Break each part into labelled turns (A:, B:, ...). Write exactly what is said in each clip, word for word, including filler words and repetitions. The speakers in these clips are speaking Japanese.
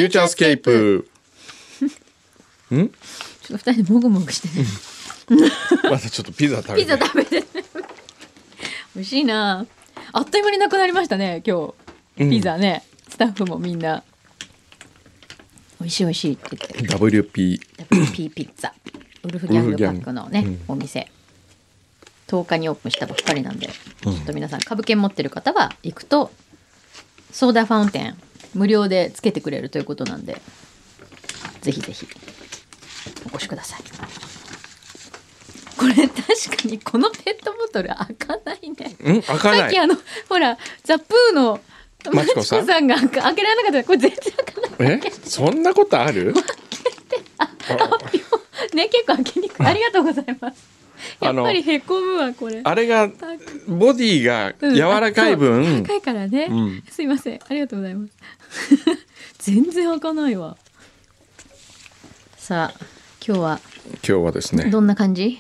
A: ューチャースケープん？
B: ちょっと二人でもぐもぐしてね
A: まだちょっとピザ食べて
B: ピザ食べてね美味しいな。あっという間になくなりましたね今日ピザね、うん、スタッフもみんな美味しい美味しいって言って
A: ダブリューピー
B: ダブリューピー ピッツァウルフギャングパックのね、うん、お店とおかにオープンしたばっかりなんで、うん、ちょっと皆さん株券持ってる方は行くとソーダファウンテン無料でつけてくれるということなんでぜひぜひお越しください。これ確かにこのペットボトル開かないね。
A: ん開かない。
B: さっきあのほらザ・プーのマチコさんが開けられなかった。これ全然開かない。
A: えそんなことある？開けてあ
B: あね結構開けにくい。ありがとうございます。やっぱりへこむわこれ。
A: あれがボディが柔らかい分、
B: うん、高いからね、うん、すいませんありがとうございます全然開かないわ。さあ今日は
A: 今日はですね
B: どんな感じ？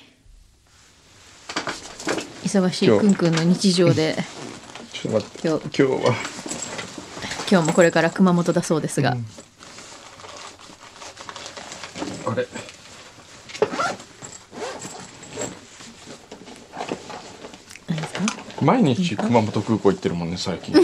B: 忙しいくんくんの日常で
A: ちょっと待って今日、今日は
B: 今日もこれから熊本だそうですが、うん、
A: あれ
B: 何ですか？
A: 毎日熊本空港行ってるもんね最近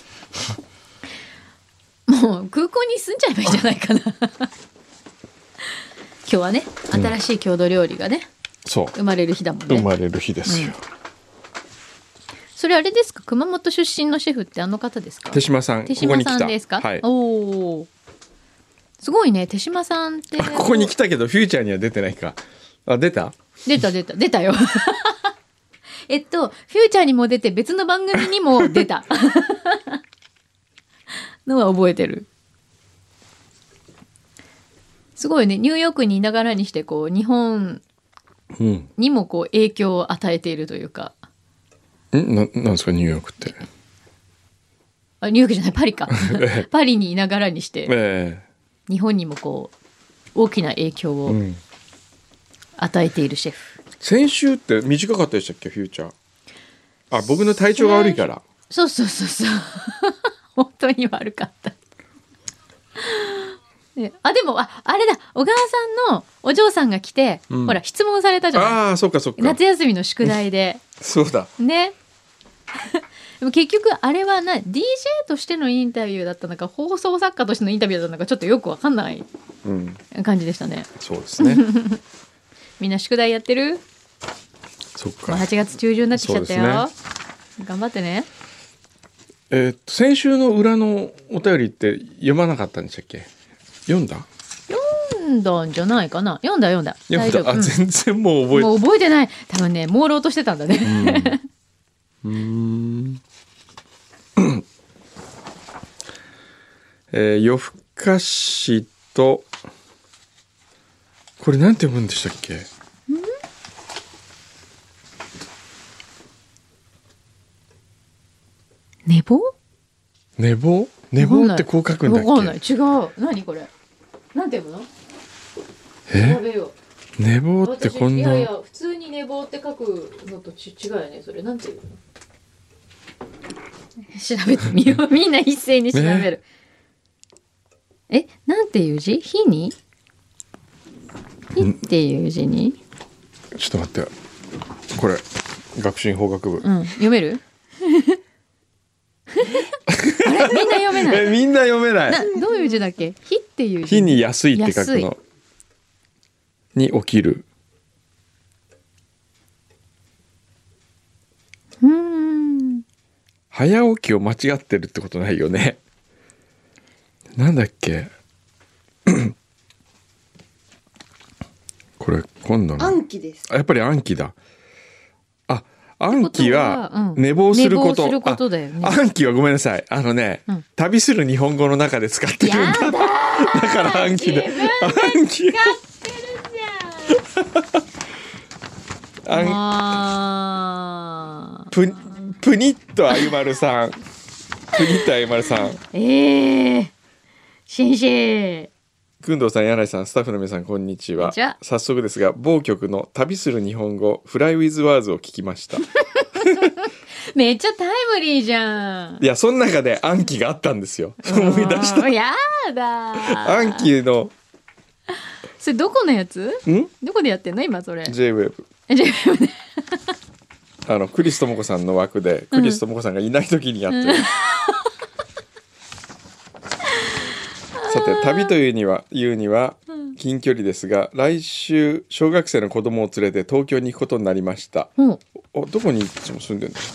B: もう空港に住んじゃえばいいんじゃないかな今日はね新しい郷土料理がね、うん、そう生まれる日だもんね。
A: 生まれる日ですよ、うん、
B: それあれですか？熊本出身のシェフってあの方ですか？
A: 手島さん。
B: 手島さんですか？
A: はい、
B: おーすごいね手島さんって。
A: ここに来たけどフューチャーには出てないか。あ出た
B: 出た出た出たよえっとフューチャーにも出て別の番組にも出たのは覚えてる。すごいねニューヨークにいながらにしてこう日本にもこう影響を与えているというか、
A: うん、な, なんですかニューヨークって。
B: あニューヨークじゃないパリかパリにいながらにして、
A: え
B: ー、日本にもこう大きな影響を与えているシェフ、うん、
A: 先週って短かったでしたっけフューチャー。あ僕の体調が悪いから。
B: そうそうそうそう本当に悪かったね、あでも あ, あれだ小川さんのお嬢さんが来て、うん、ほら質問されたじゃない。
A: ああそうかそうか
B: 夏休みの宿題で
A: そうだ
B: ねでも結局あれはな ディージェー としてのインタビューだったのか放送作家としてのインタビューだったのかちょっとよく分かんない感じでしたね、
A: うん、そうですね
B: みんな宿題やってる？
A: そっか
B: もうはちがつ中旬になってきちゃったよ、ね、頑張ってね。
A: えー、っと先週の裏のお便りって読まなかったんでしたっけ？読んだ？
B: 読んだんじゃないかな。読んだ読んだ。
A: 読んだ。あ、うん、全然もう覚えて
B: もう覚えてない。多分ね朦朧としてたんだね。
A: うん。うーんえー、夜更かしとこれなんて読むんでしたっけ？
B: 寝坊？
A: 寝坊？寝坊ってこう書くんだっけ？
B: わかんない。違う。何これ？なんて読むの？
A: え？
B: 調べよう。
A: 寝坊ってこんな。
B: いやいや普通に寝坊って書くのとち違うよね。それなんていうの？調べてみよう。みんな一斉に調べる。え、なんていう字？日に？日っていう字に？
A: ちょっと待って。これ学習院法学部。
B: うん。読める？あれみんな読めない。
A: えみんな読めない。
B: などういう字だっけ？日っていう字。
A: 日に安いって書くの。に起きる。
B: うーん。
A: 早起きを間違ってるってことないよね。なんだっけ。これ今度の。
C: 暗記です。
A: あやっぱり暗記だ。あ暗記は寝坊すること。
B: 寝坊することだよね。
A: 暗記はごめんなさい。あのね、うん、旅する日本語の中で使ってるんだ。だから暗記で。暗記。
B: あ
A: ププニッとあゆまるさんプニッとあゆまるさん
B: えー、先生
A: くんどうさん、柳井さん、スタッフの皆さんこんにちは。早速ですが某局の旅する日本語フライウィズワーズを聞きました
B: めっちゃタイムリーじゃん。
A: いやその中で暗記があったんですよ。思い出した。
B: やだ。
A: 暗記の
B: それどこのやつ？
A: ん？
B: どこでやってんの今それ？
A: ジェイウェブ。
B: ジェイウェブね。
A: あのクリス智子さんの枠でクリス智子さんがいない時にやってる。うん、さて旅というには言うには近距離ですが、来週小学生の子供を連れて東京に行くことになりました。うん、おどこにいつも住んでるの？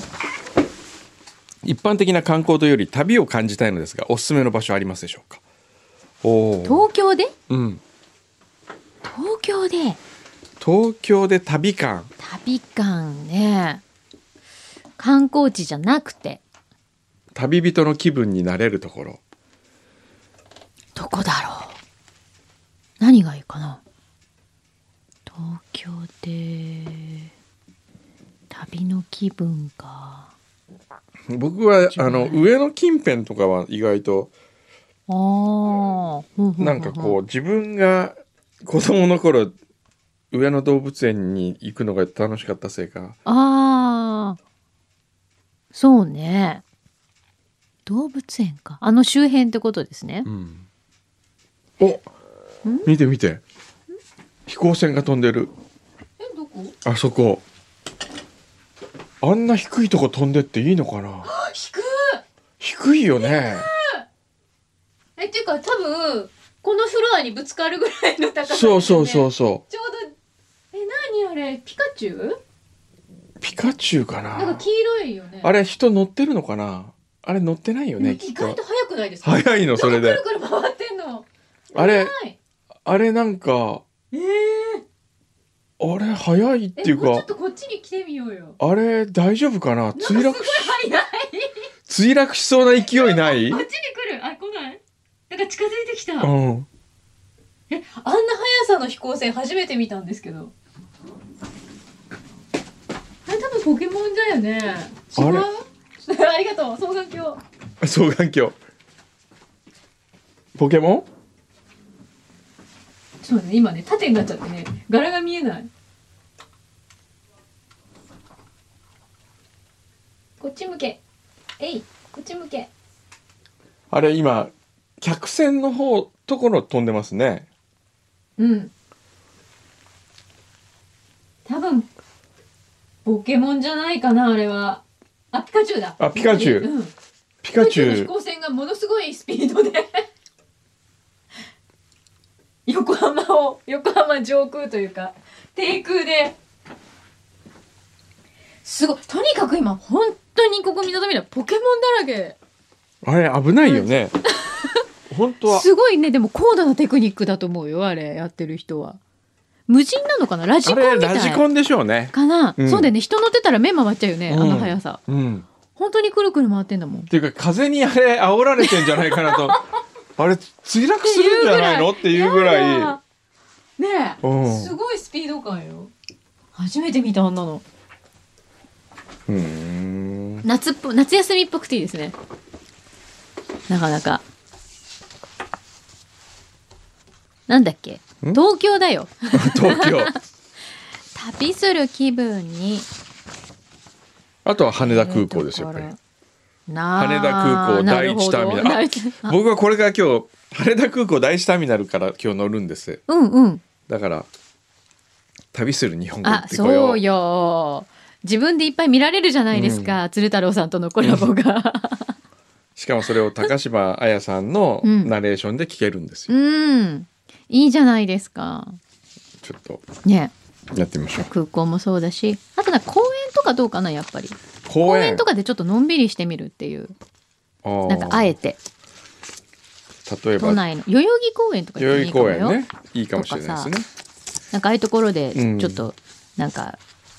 A: 一般的な観光というより旅を感じたいのですが、おすすめの場所ありますでしょうか？お
B: 東京で？
A: うん。
B: 東京で。
A: 東京で旅感。
B: 旅感ね。観光地じゃなくて。
A: 旅人の気分になれるところ。
B: どこだろう。何がいいかな。東京で旅の気分か。
A: 僕はあの上野近辺とかは意外と
B: あ
A: なんかこう自分が子供の頃上野動物園に行くのが楽しかったせいか。
B: ああ、そうね。動物園か。あの周辺ってことですね。
A: うん、お、見て見て。飛行船が飛んでる。
B: え、どこ？
A: あそこ。あんな低いとこ飛んでっていいのかな。
B: 低い。
A: 低いよね。
B: え、っていうか多分このフロアにぶつかるぐらいの高さです
A: よね。そうそうそうそう。
B: ちょうど。え、何あれ、ピカチュウ？
A: ピカチュウかな。
B: なんか黄色いよね。
A: あれ人乗ってるのかな。あれ乗ってないよね。
B: 意外と速くないですか？
A: 速いのそれで。
B: くるくる回ってんの。
A: あれあれなんか。
B: えー、
A: あれ速いっていうか。
B: もうちょっとこっちに来てみようよ。
A: あれ大丈夫かな。墜落し。
B: 速い。
A: 墜落しそうな勢いない？
B: こっちに来る。あ、来ない。なんか近づいてきた。
A: うん。
B: え、あんな速さの飛行船初めて見たんですけど。あれ多分ポケモンだよね。違う？あ, ありがとう。双眼鏡。
A: 双眼鏡。ポケモン？
B: そうね、今ね縦になっちゃってね、柄が見えない。こっち向け。えい、こっち向け。
A: あれ今客船の方ところ飛んでますね。
B: うん。多分ポケモンじゃないかな、あれは。あ、ピカチュウだ。
A: あ、ピカチュウ。うん、ピカチュウの
B: 飛行船がものすごいスピードで横浜を横浜上空というか低空で、すごい。とにかく今本当にここ港見たらポケモンだらけ。
A: あれ危ないよね。本当は
B: すごいね。でも高度なテクニックだと思うよ、あれやってる人は。無人なのかな、ラジコンみたい。
A: あれラジコンでしょうね。
B: かな、うん、そうだよね。人乗ってたら目回っちゃうよね、
A: うん、
B: あの速さ、うん、本当にくるくる回ってんだもん。
A: っていうか風にあれ煽られてんじゃないかなとあれ墜落するんじゃないのっていうぐらい
B: ねえ、うん、すごいスピード感よ。初めて見たあんなの。うーん、夏っぽ夏休みっぽくていいですね、なかなか。なんだっけ、東京だよ
A: 東京
B: 旅する気分に。
A: あとは羽田空港ですよ、やっぱり。羽田空港第一ターミナル。僕はこれから今日羽田空港第一ターミナルから今日乗るんです。
B: うんうん。
A: だから旅する日本語ってこよう。
B: あ、そうよ。自分でいっぱい見られるじゃないですか、うん、鶴太郎さんとのコラボが
A: しかもそれを高島彩さんのナレーションで聞けるんですよ。
B: うん、うん、いいじゃないですか。
A: ちょっと
B: ね、
A: やってみましょう。
B: 空港もそうだし、あとなんか公園とかどうかな、やっぱり公園とかでちょっとのんびりしてみるっていう、なんかあえて
A: 例えば
B: 都内の代々木公園とか行っていいかもよ。
A: 代々木公園ね、いいかもしれないですね。
B: なんかああいうところでちょっとなんか、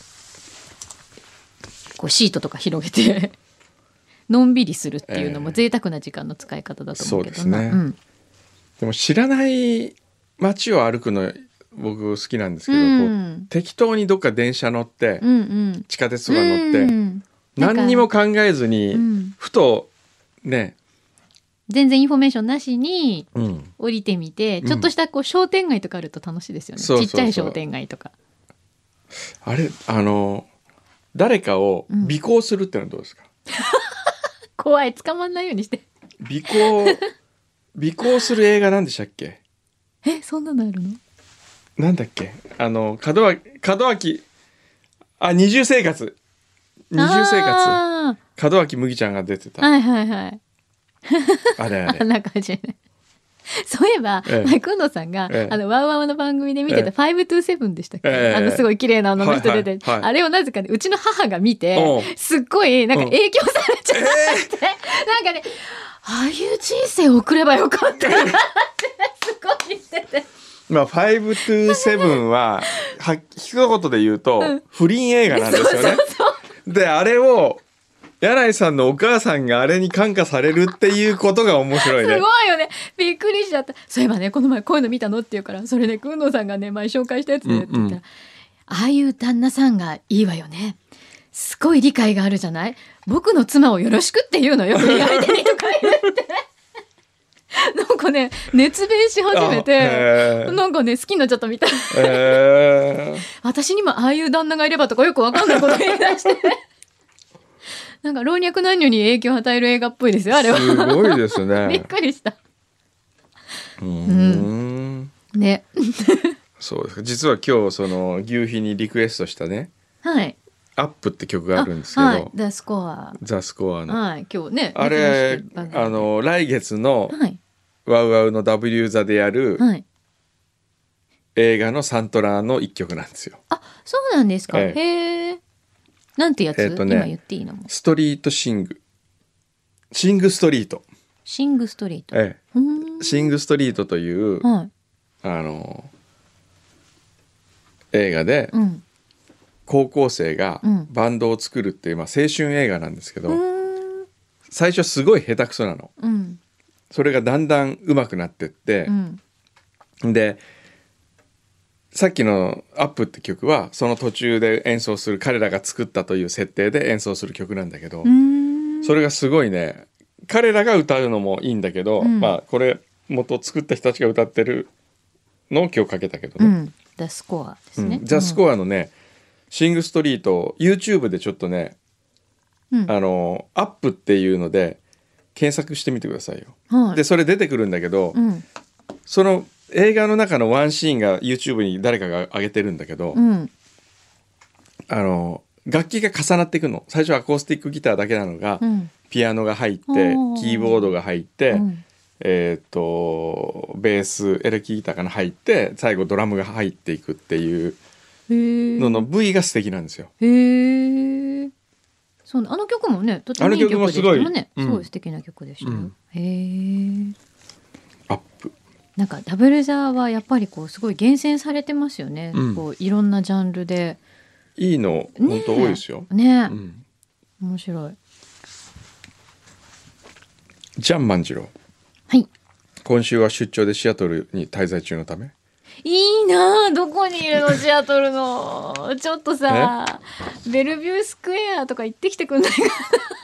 B: うん、こうシートとか広げてのんびりするっていうのも贅沢な時間の使い方だと思うけどな、
A: えー、そうですね、うん、でも知らない街を歩くの僕好きなんですけど、うん、こう適当にどっか電車乗って、うんうん、地下鉄とか乗って、うん、何にも考えずに、うん、ふとね、
B: 全然インフォメーションなしに降りてみて、うん、ちょっとしたこう商店街とかあると楽しいですよね、うん、ちっちゃい商店街とか。
A: あれあの誰かを尾行するってのはどうですか、
B: うん、怖い、捕まんないようにして。
A: 尾行尾行する映画なんでしたっけ？
B: え、そんなのあるの？
A: なんだっけ、あの門脇門脇あ二重生活二重生活門脇麦ちゃんが出てた、
B: はいはいはい、
A: あれあれ
B: あんな感じね。そういえば、ええ、前くんのさんが、ええ、あのワウワウの番組で見てたファイブトゥーセブンでしたっけ、ええ、あのすごい綺麗な女の人出て、はいはいはい、あれをなぜかねうちの母が見てすっごいなんか影響されちゃって、えー、なんかねああいう人生を送ればよかったなってすごい言ってて、
A: まあファイブトゥーセブンはは一言で言うと、うん、不倫映画なんですよね。そうそうそうであれを柳井さんのお母さんがあれに感化されるっていうことが面白いね。
B: すごいよね。びっくりしちゃった。そういえばねこの前こういうの見たのって言うからそれねくんのさんがね前紹介したやつでって言ったら、うんうん、ああいう旦那さんがいいわよね。すごい理解があるじゃない。僕の妻をよろしくって言うのよ不倫相手にとか言ってなんかね熱弁し始めてなんかね好きになっちゃったみたい、えー、私にもああいう旦那がいればとかよく分かんないこと言い出してなんか老若男女に影響を与える映画っぽいですよあれは。
A: すごいですね
B: びっくりした。
A: うーん、
B: うん、ね
A: そうですか。実は今日その牛皮にリクエストしたね、
B: はい、
A: アップって曲があるんですけど、
B: はい、ザ・スコア
A: ザ・スコアの、
B: はい、今日ね
A: あれあの来月のワウワウの ダブリュー 座でやる、はい、映画のサントラの一曲なんですよ。
B: あ、そうなんですか。ええ、へえ。なんてやつ、えーとね、今言っていいの？
A: ストリートシングシングストリート
B: シングストリート、
A: ええ、シングストリートという、はい、あの映画で、うん、高校生がバンドを作るっていう、まあ、青春映画なんですけど、うん、最初すごい下手くそなの、うん、それがだんだん上手くなってって、うん、でさっきのアップって曲はその途中で演奏する彼らが作ったという設定で演奏する曲なんだけど、それがすごいね、彼らが歌うのもいいんだけど、うん、まあこれ元作った人たちが歌ってるのを今日かけたけどね、うん、
B: ザ・スコアですね、
A: うん、ザ・スコアのね、シングストリート YouTube でちょっとね、うん、あのアップっていうので検索してみてくださいよ、はい、でそれ出てくるんだけど、うん、その映画の中のワンシーンが YouTube に誰かが上げてるんだけど、うん、あの楽器が重なっていくの。最初はアコースティックギターだけなのが、うん、ピアノが入ってキーボードが入って、うん、えー、とベースエレキギターが入って最後ドラムが入っていくっていうのの V が素敵なんですよ。
B: へえ。そう、あの曲もねとてもいい曲でしたもんね。すごい素敵な曲でしたよ、うん、へえ。
A: アップ
B: なんかダブルザーはやっぱりこうすごい厳選されてますよね、うん、こういろんなジャンルで
A: いいの本当多いですよ
B: ね、うん、面白い。
A: ジャン万次郎、
B: はい、
A: 今週は出張でシアトルに滞在中のため。
B: いいな、どこにいるのシアトルのちょっとさベルビュースクエアとか行ってきてくんないかな行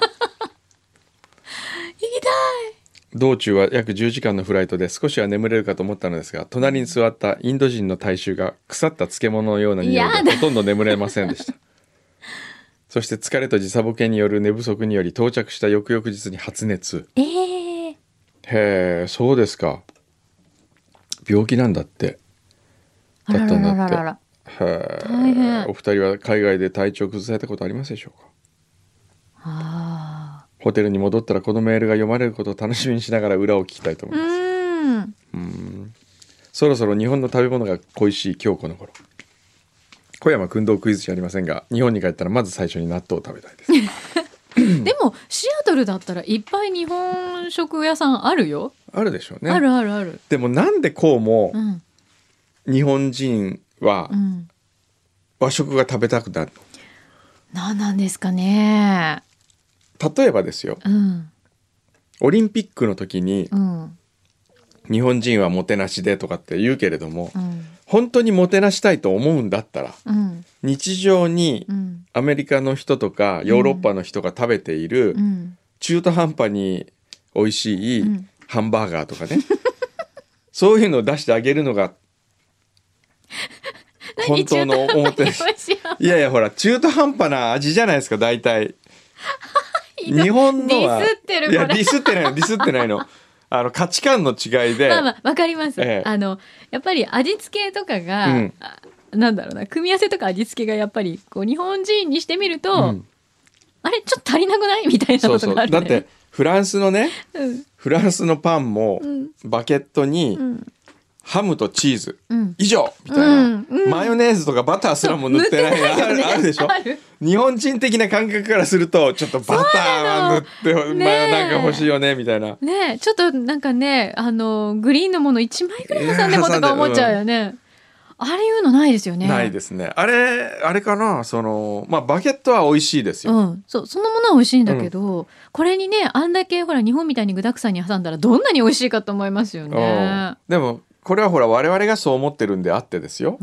B: きたい。
A: 道中は約じゅうじかんのフライトで少しは眠れるかと思ったのですが、隣に座ったインド人の大衆が腐った漬物のような匂いでほとんど眠れませんでしたそして疲れと時差ボケによる寝不足により到着した翌々日に発熱。
B: えー、
A: へえ、そうですか。病気なんだってだったんだって。あららららら。へ大変。お二人は海外で体調崩されたことありますでしょうか。
B: あ、
A: ホテルに戻ったらこのメールが読まれることを楽しみにしながら裏を聞きたいと思います。うん、うん、そろそろ日本の食べ物が恋しい今日この頃。小山君堂クイズじゃありませんが、日本に帰ったらまず最初に納豆を食べたいです
B: でもシアトルだったらいっぱい日本食屋さんあるよ。あ
A: るでしょうね。
B: あるあるある。
A: でもなんでこうも、うん、日本人は和食が食べたくなるの、
B: なんなんですかね。
A: 例えばですよ、うん、オリンピックの時に、うん、日本人はもてなしでとかって言うけれども、うん、本当にもてなしたいと思うんだったら、うん、日常にアメリカの人とかヨーロッパの人が食べている、うん、中途半端に美味しいハンバーガーとかね、うん、そういうのを出してあげるのが本当のおもてなし。いやいやほら中途半端な味じゃないですか大体。日本のは
B: ディスってるこれ。
A: いやディスってないのディスってないの。あの価値観の違いで。
B: まあまあわかります、
A: ええ、
B: あのやっぱり味付けとかが、うん、なんだろうな組み合わせとか味付けがやっぱりこう日本人にしてみると、うん、あれちょっと足りなくないみたいなことがある、ね、
A: そうそうだってフランスのね、うん、フランスのパンも、
B: うん、
A: バケットに、うん、ハムとチーズ、うん、以上みたいな、
B: うんうん、
A: マヨネーズとかバターすらも塗ってない、ね、あ, るあるでしょ。日本人的な感覚からするとちょっとバターは塗ってマヨなんか欲しいよねみたいな
B: ね。ちょっとなんかねあのグリーンのものいちまいぐらい挟んでもとか思っちゃうよね、うん、あれいうのないですよね。
A: ないですね。あれあれかなその、まあ、バケットは美味しいですよ、
B: うん、そうそのものは美味しいんだけど、うん、これにねあんだけほら日本みたいに具沢山に挟んだらどんなに美味しいかと思いますよね。
A: でもこれはほら我々がそう思ってるんであってですよ、
B: うん、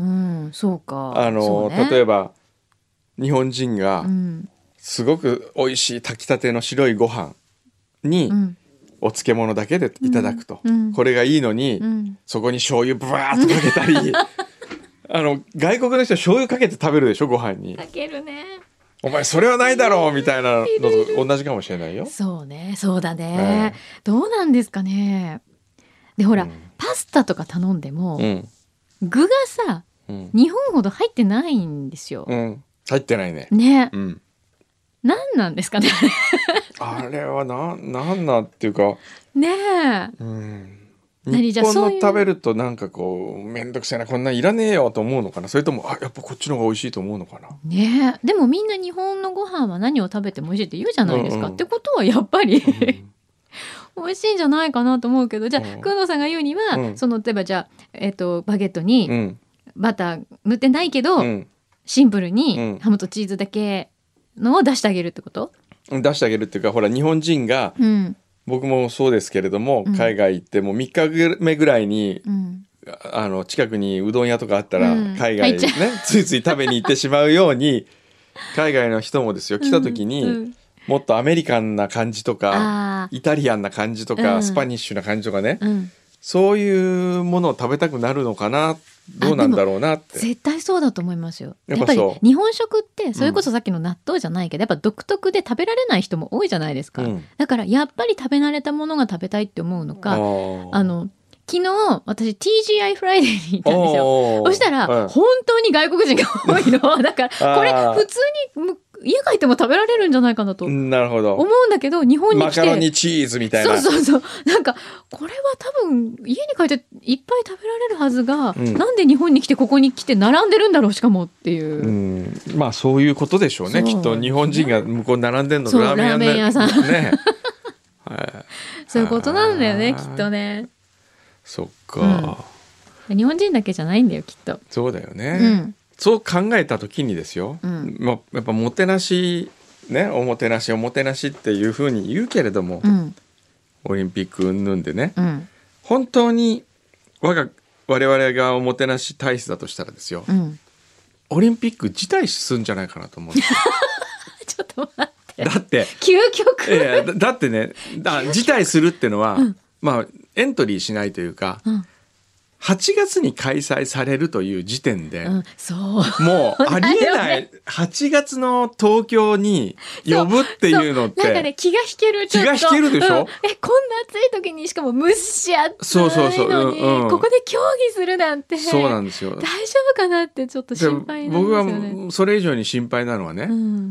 B: そうか
A: あの、ね、例えば日本人が
B: うん
A: すごく美味しい炊きたての白いご飯にお漬物だけでいただくと、
B: うんうん、
A: これがいいのに、うん、そこに醤油ブワーッとかけたりあの外国の人は醤油かけて食べるでしょご飯に。
B: かけるね。
A: お前それはないだろうみたいなのと同じかもしれないよ。
B: そうねそうだね、えー、どうなんですかね。でほら、うん、パスタとか頼んでも、うん、具がさ、うん、日本ほど入ってないんですよ、
A: うん、入ってないね。
B: ね、
A: うん、
B: 何なんですかね
A: あれはな、なんなんっていうか
B: ねえ、
A: うん、日本の食べるとなんかこうめんどくさいなこんなんいらねえよと思うのかな、それともあやっぱこっちの方が美味しいと思うのかな。
B: ねえ、でもみんな日本のご飯は何を食べても美味しいって言うじゃないですか、うんうん、ってことはやっぱり、うん、美味しいんじゃないかなと思うけど、じゃあ、うん、工藤さんが言うには、うん、その例えばじゃあ、えーと、バゲットにバター塗ってないけど、うん、シンプルにハムとチーズだけのを出してあげるってこと？
A: 出してあげるっていうかほら日本人が、うん、僕もそうですけれども、うん、海外行ってもみっかめぐらいに、うん、あの近くにうどん屋とかあったら、うん、海外ねついつい食べに行ってしまうように海外の人もですよ来た時に、うんうん、もっとアメリカンな感じとかイタリアンな感じとか、うん、スパニッシュな感じとかね、うん、そういうものを食べたくなるのかな、どうなんだろうなって。
B: 絶対そうだと思いますよ。やっぱり日本食ってそれこそさっきの納豆じゃないけど、うん、やっぱ独特で食べられない人も多いじゃないですか、うん、だからやっぱり食べ慣れたものが食べたいって思うのか、あの昨日私 ティージーアイ フライデーに行ったんですよ。そしたら、うん、本当に外国人が多いのだからこれ普通に家帰っても食べられるんじゃないかなと思うんだけど、日本に来て
A: マカロニチーズみたいな、
B: そうそうそう、なんかこれは多分家に帰っていっぱい食べられるはずが、うん、なんで日本に来てここに来て並んでるんだろうしかもっていう、うん、
A: まあそういうことでしょうね、きっと日本人が向こうに並んでるのラーメン屋さんねはい、
B: そういうことなんだよねきっとね。
A: そっか、
B: うん、日本人だけじゃないんだよきっと。
A: そうだよね、うん、そう考えた時にですよ、うん、まあ、やっぱもてなしね、おもてなしおもてなしっていうふうに言うけれども、うん、オリンピック云々でね、うん、本当に我が我々がおもてなし体質だとしたらですよ、うん、オリンピック辞退するんじゃないかなと思うんですよ
B: ちょっと待って
A: だって
B: 究極、
A: えー、だ, だってねだ辞退するっていうのは、うん、まあエントリーしないというか、うん、はちがつに開催されるという時点で、うん、
B: そう
A: もうありえない、ね、はちがつの東京に呼ぶっていうのって
B: なんかね気が引ける、ちょっと
A: 気が引けるでしょ、うん、
B: えこんな暑い時にしかも蒸し暑いのにそうそうそう、うんうん、ここで競技するなんて
A: そうなんですよ、
B: 大丈夫かなってちょっと心配なんですよね。
A: 僕はそれ以上に心配なのはね、うん、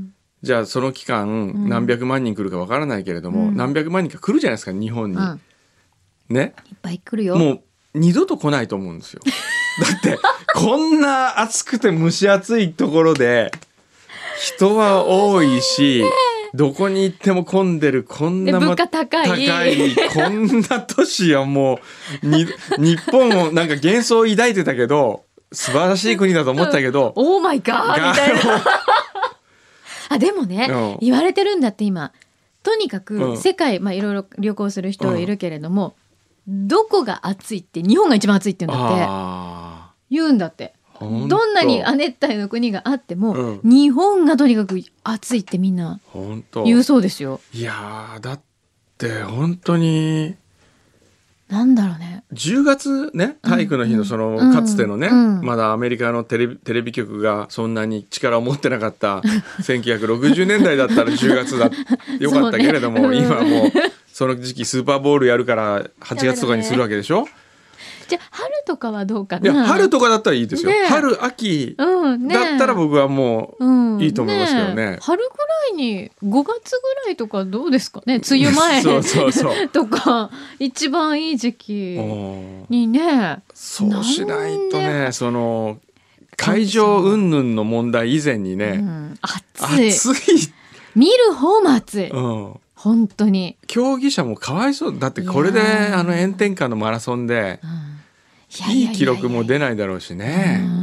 A: じゃあその期間何百万人来るかわからないけれども、うん、何百万人か来るじゃないですか日本に、うんね、
B: いっぱい来るよ。
A: もう二度と来ないと思うんですよだってこんな暑くて蒸し暑いところで人は多いし、ね、どこに行っても混んでる、こんな、
B: ま、物価高い、
A: 高いこんな都市はもうに日本もなんか幻想を抱いてたけど素晴らしい国だと思ったけど、
B: うん、オーマイガーみたいなあでもね、うん、言われてるんだって今とにかく世界、うん、まあいろいろ旅行する人いるけれども、うん、どこが暑いって日本が一番暑いって言うんだって言うんだって。どんなに亜熱帯の国があっても、うん、日本がとにかく暑いってみんな言うそうですよ。
A: いやだって本当に
B: なんだろうね。
A: じゅうがつね、体育の日のその、
B: うん、
A: かつてのね、
B: うん、
A: まだアメリカのテレビ、テレビ局がそんなに力を持ってなかったせんきゅうひゃくろくじゅうねんだいだったらじゅうがつだよかったけれども、ね、うん、今もうその時期スーパーボールやるからはちがつとかにするわけでしょ。
B: じゃあ春とかはどうかな。
A: いや春とかだったらいいですよ、
B: ね、
A: 春秋だったら僕はもういいと思いますけどね、うんね、
B: 春ぐらいにごがつぐらいとかどうですかね、梅雨前
A: そうそうそう
B: とか一番いい時期にね。
A: そうしないとね、その会場云々の問題以前にね、うん、
B: 暑い
A: 暑い
B: 見る方も暑い、
A: うん、
B: 本当に
A: 競技者もかわいそうだって、これであの炎天下のマラソンで、うんいい記録も出ないだろうしね、うん、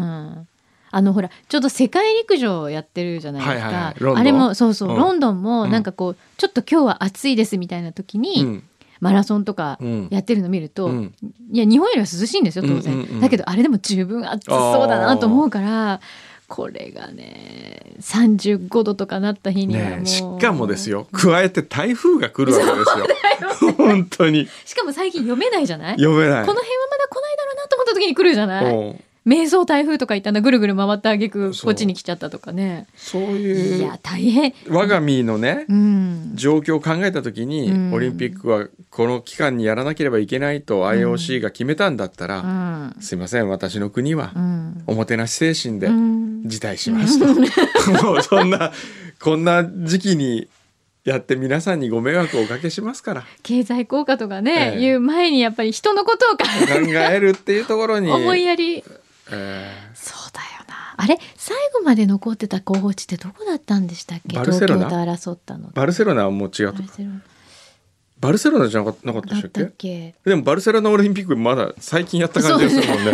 B: あのほらちょうど世界陸上やってるじゃないですか、はいはいはい、あれもそうそう、うん、ロンドンもなんかこう、うん、ちょっと今日は暑いですみたいな時に、うん、マラソンとかやってるの見ると、うん、いや日本よりは涼しいんですよ当然、うんうんうん、だけどあれでも十分暑そうだなと思うから、これがねさんじゅうごどとかなった日にはもう、ね、
A: しかもですよ、加えて台風が来るわけですよ本当に。
B: しかも最近読めないじゃない、
A: 読めない、
B: この辺はまだ来ないだろうなと思った時に来るじゃない。迷走台風とか言ったんだ、ぐるぐる回った挙句こっちに来ちゃったとかね。
A: そういう、
B: いや大変、
A: 我が身のね、うん、状況を考えた時に、うん、オリンピックはこの期間にやらなければいけないと アイオーシー が決めたんだったら、うん、すいません私の国はおもてなし精神で辞退しますと、うん、もうそんなこんな時期にやって皆さんにご迷惑をおかけしますから、
B: 経済効果とかね、えー、いう前にやっぱり人のことを考
A: えるっていうところに
B: 思いやり、
A: え
B: ー、そうだよな。あれ最後まで残ってた候補地ってどこだったんでしたっけ。
A: バルセロナ、
B: 東京と争ったの。
A: バルセロナはもう違うと、バルセロナじゃなかったでしたっけ。でもバルセロナオリンピックまだ最近やった感じがするもんね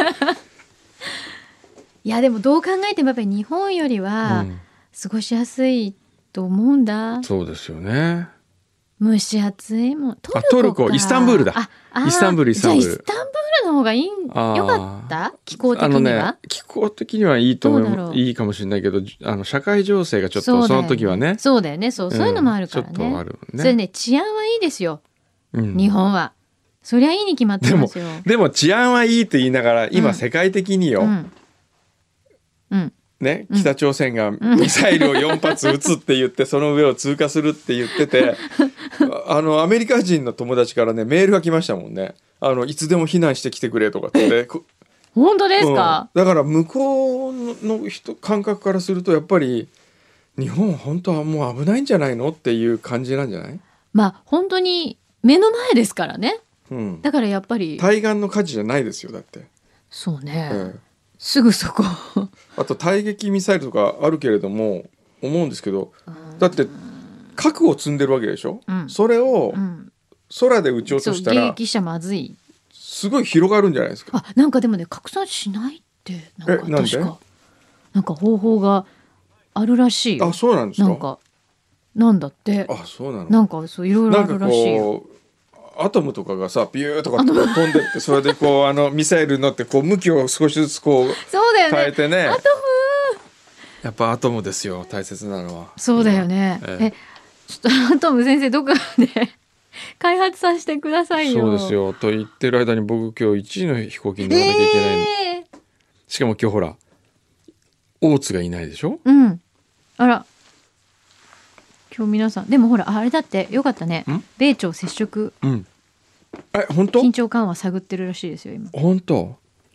B: いやでもどう考えてもやっぱり日本よりは過ごしやすいと思うんだ、うん、
A: そうですよね。
B: 蒸し暑いもん。トルコか。
A: あトルコ、イスタンブールだ。イスタンブールイスタンブール。
B: じゃあイスタンブールの方がいいよかった。気候的には。あのね、
A: 気候的にはいいと思う、いいかもしれないけど、あの社会情勢がちょっと そ, その時はね。
B: そうだよね。そう、そういうのもあるからね。
A: うん、ちょっとあるね。
B: それね、治安はいいですよ。うん、日本は。そりゃいいに決まってますよ。
A: でも、でも治安はいいって言いながら、今世界的によ。うん。うんうんね、北朝鮮がミサイルをよんぱつ撃つって言ってその上を通過するって言っててあのアメリカ人の友達からねメールが来ましたもんね。あのいつでも避難してきてくれとかって
B: 本当ですか、
A: うん、だから向こうの人感覚からするとやっぱり日本本当はもう危ないんじゃないのっていう感じなんじゃない。
B: まあ本当に目の前ですからね、
A: うん、
B: だからやっぱり
A: 対岸の火事じゃないですよだって。
B: そうね、
A: うん
B: すぐそこ
A: あと対撃ミサイルとかあるけれども思うんですけど、だって核を積んでるわけでしょ、うん、それを空で撃ち落としたら、うん、
B: 迎撃者まずい
A: すごい広がるんじゃないですか。
B: あなんかでもね拡散しないってなんか確かなんか方法があるらしいよ。
A: あそうなんですか。
B: なんかなんだって
A: あそうなの。
B: なんかそういろいろあるらしいよ。
A: アトムとかがさビューとか飛んでってそれでこうあのミサイル乗ってこう向きを少しずつこう変えてね。
B: アトム
A: やっぱアトムですよ大切なのは。
B: そうだよね。ええちょっとアトム先生どこかで開発させてくださいよ。
A: そうですよと言ってる間に僕今日いちいの飛行機に乗らなきゃいけない、えー、しかも今日ほら大津がいないでしょ。
B: うんあら今日皆さんでもほらあれだってよかったね。米朝接触、
A: うん、え本当
B: 緊張緩和探ってるらしいですよ今。
A: 本当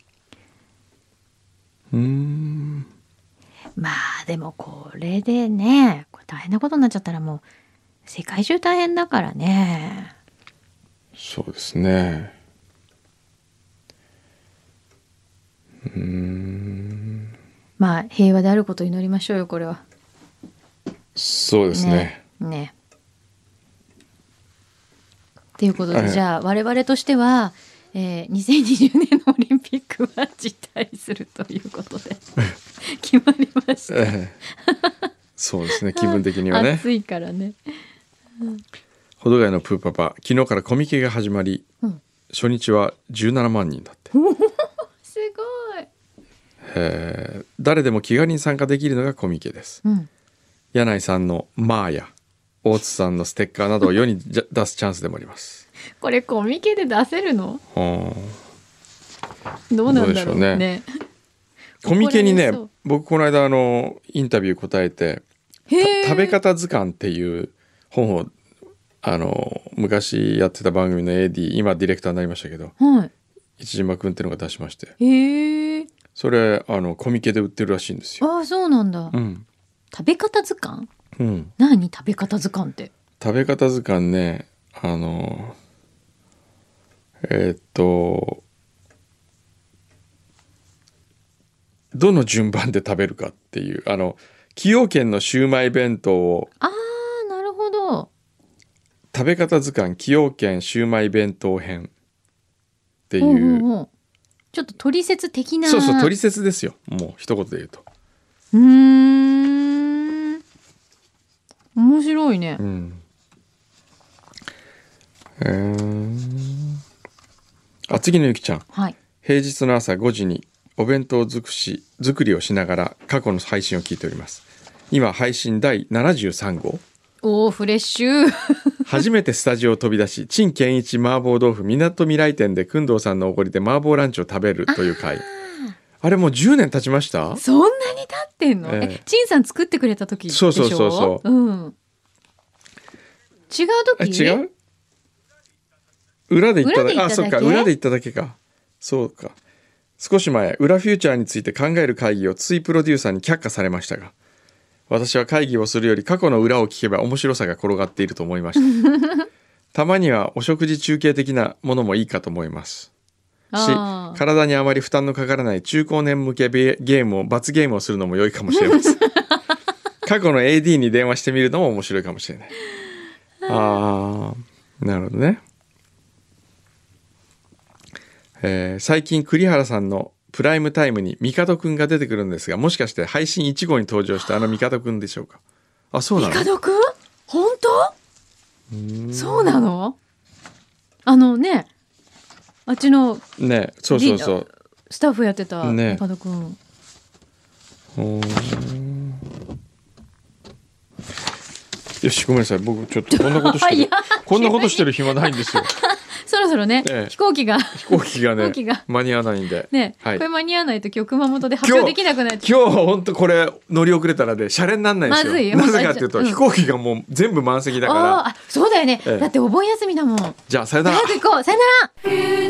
A: うーん
B: まあでもこれでねこれ大変なことになっちゃったらもう世界中大変だからね。
A: そうですね。うーん
B: まあ平和であることを祈りましょうよこれは。
A: そうですね。
B: ね。ねということで、はい、じゃあ我々としては、えー、にせんにじゅうねんのオリンピックは辞退するということで決まりました、え
A: ー、そうですね気分的にはね
B: 暑いからね、
A: うん、保土ヶ谷のプーパパ昨日からコミケが始まり、うん、初日はじゅうななまんにんだってすご
B: い、
A: えー、誰でも気軽に参加できるのがコミケです、うん、柳井さんのマーヤ大津さんのステッカーなどを世に出すチャンスでもあります。
B: これコミケで出せるの？
A: は
B: あ、どうなんだろうね。ね
A: コミケにね、僕この間あのインタビュー答えて食べ方図鑑っていう本をあの昔やってた番組の エーディー、 今ディレクターになりましたけど、はい、市島くんっていうのが出しまして、
B: へー、
A: それあのコミケで売ってるらしいんですよ。
B: ああ、そうなんだ、
A: うん、
B: 食べ方図鑑、
A: うん、
B: 何食べ方図鑑って。
A: 食べ方図鑑ね、あのえー、っとどの順番で食べるかっていう、あの崎陽軒のシウマイ弁当を、
B: あー、なるほど、
A: 食べ方図鑑崎陽軒シウマイ弁当編っていう、
B: ほうほうほう、ちょっとトリセツ的な。
A: そうそう、トリセツですよ、もう一言で言うと。
B: うーん、面白いね。
A: うん、えー、あ、次のゆきちゃん、
B: はい、
A: 平日の朝ごじにお弁当尽くし作りをしながら過去の配信を聞いております。今配信だいななじゅうさんごう。
B: おー、フレッシュ
A: 初めてスタジオを飛び出し、陳健一麻婆豆腐みなとみらい店で工藤さんのおごりで麻婆ランチを食べるという回。 あ, あれもうじゅうねん経ちました。
B: そんなに経ってんの？ええ、陳さん作ってくれた時でしょ。
A: そうそうそうそう、
B: うん、違う時？
A: 違う、裏で行っただけ。あ、そっか、裏で行っただけか。そうか。少し前、裏フューチャーについて考える会議をついプロデューサーに却下されましたが、私は会議をするより過去の裏を聞けば面白さが転がっていると思いましたたまにはお食事中継的なものもいいかと思いますし、体にあまり負担のかからない中高年向けゲームを罰ゲームをするのも良いかもしれません過去の エーディー に電話してみるのも面白いかもしれない。あー、なるほどね。えー、最近栗原さんのプライムタイムにミカドくんが出てくるんですが、もしかして配信いち号に登場したあのミカドくんでしょうか。あ、そうなの？
B: ミカドくん？本当？そうなの？あのね、あっちの
A: ね、そうそうそう、
B: スタッフやってた
A: ね、
B: ミカドくん。
A: よし、ごめんなさい、僕ちょっとこんなことしてるこんなことしてる暇ないんですよ
B: そろそろね、ええ、飛行機が
A: 飛行機がね間に合わないんで、
B: ね、はい、これ間に合わないと今日熊本で発表できなくなっちゃう。
A: 今日本当これ乗り遅れたらでシャレになんないんですよ。
B: まずい。
A: なぜかっていうと、うん、飛行機がもう全部満席だから。
B: あ、そうだよね、ええ、だってお盆休みだもん。
A: じゃあさよなら。
B: 早く行こう、さよなら。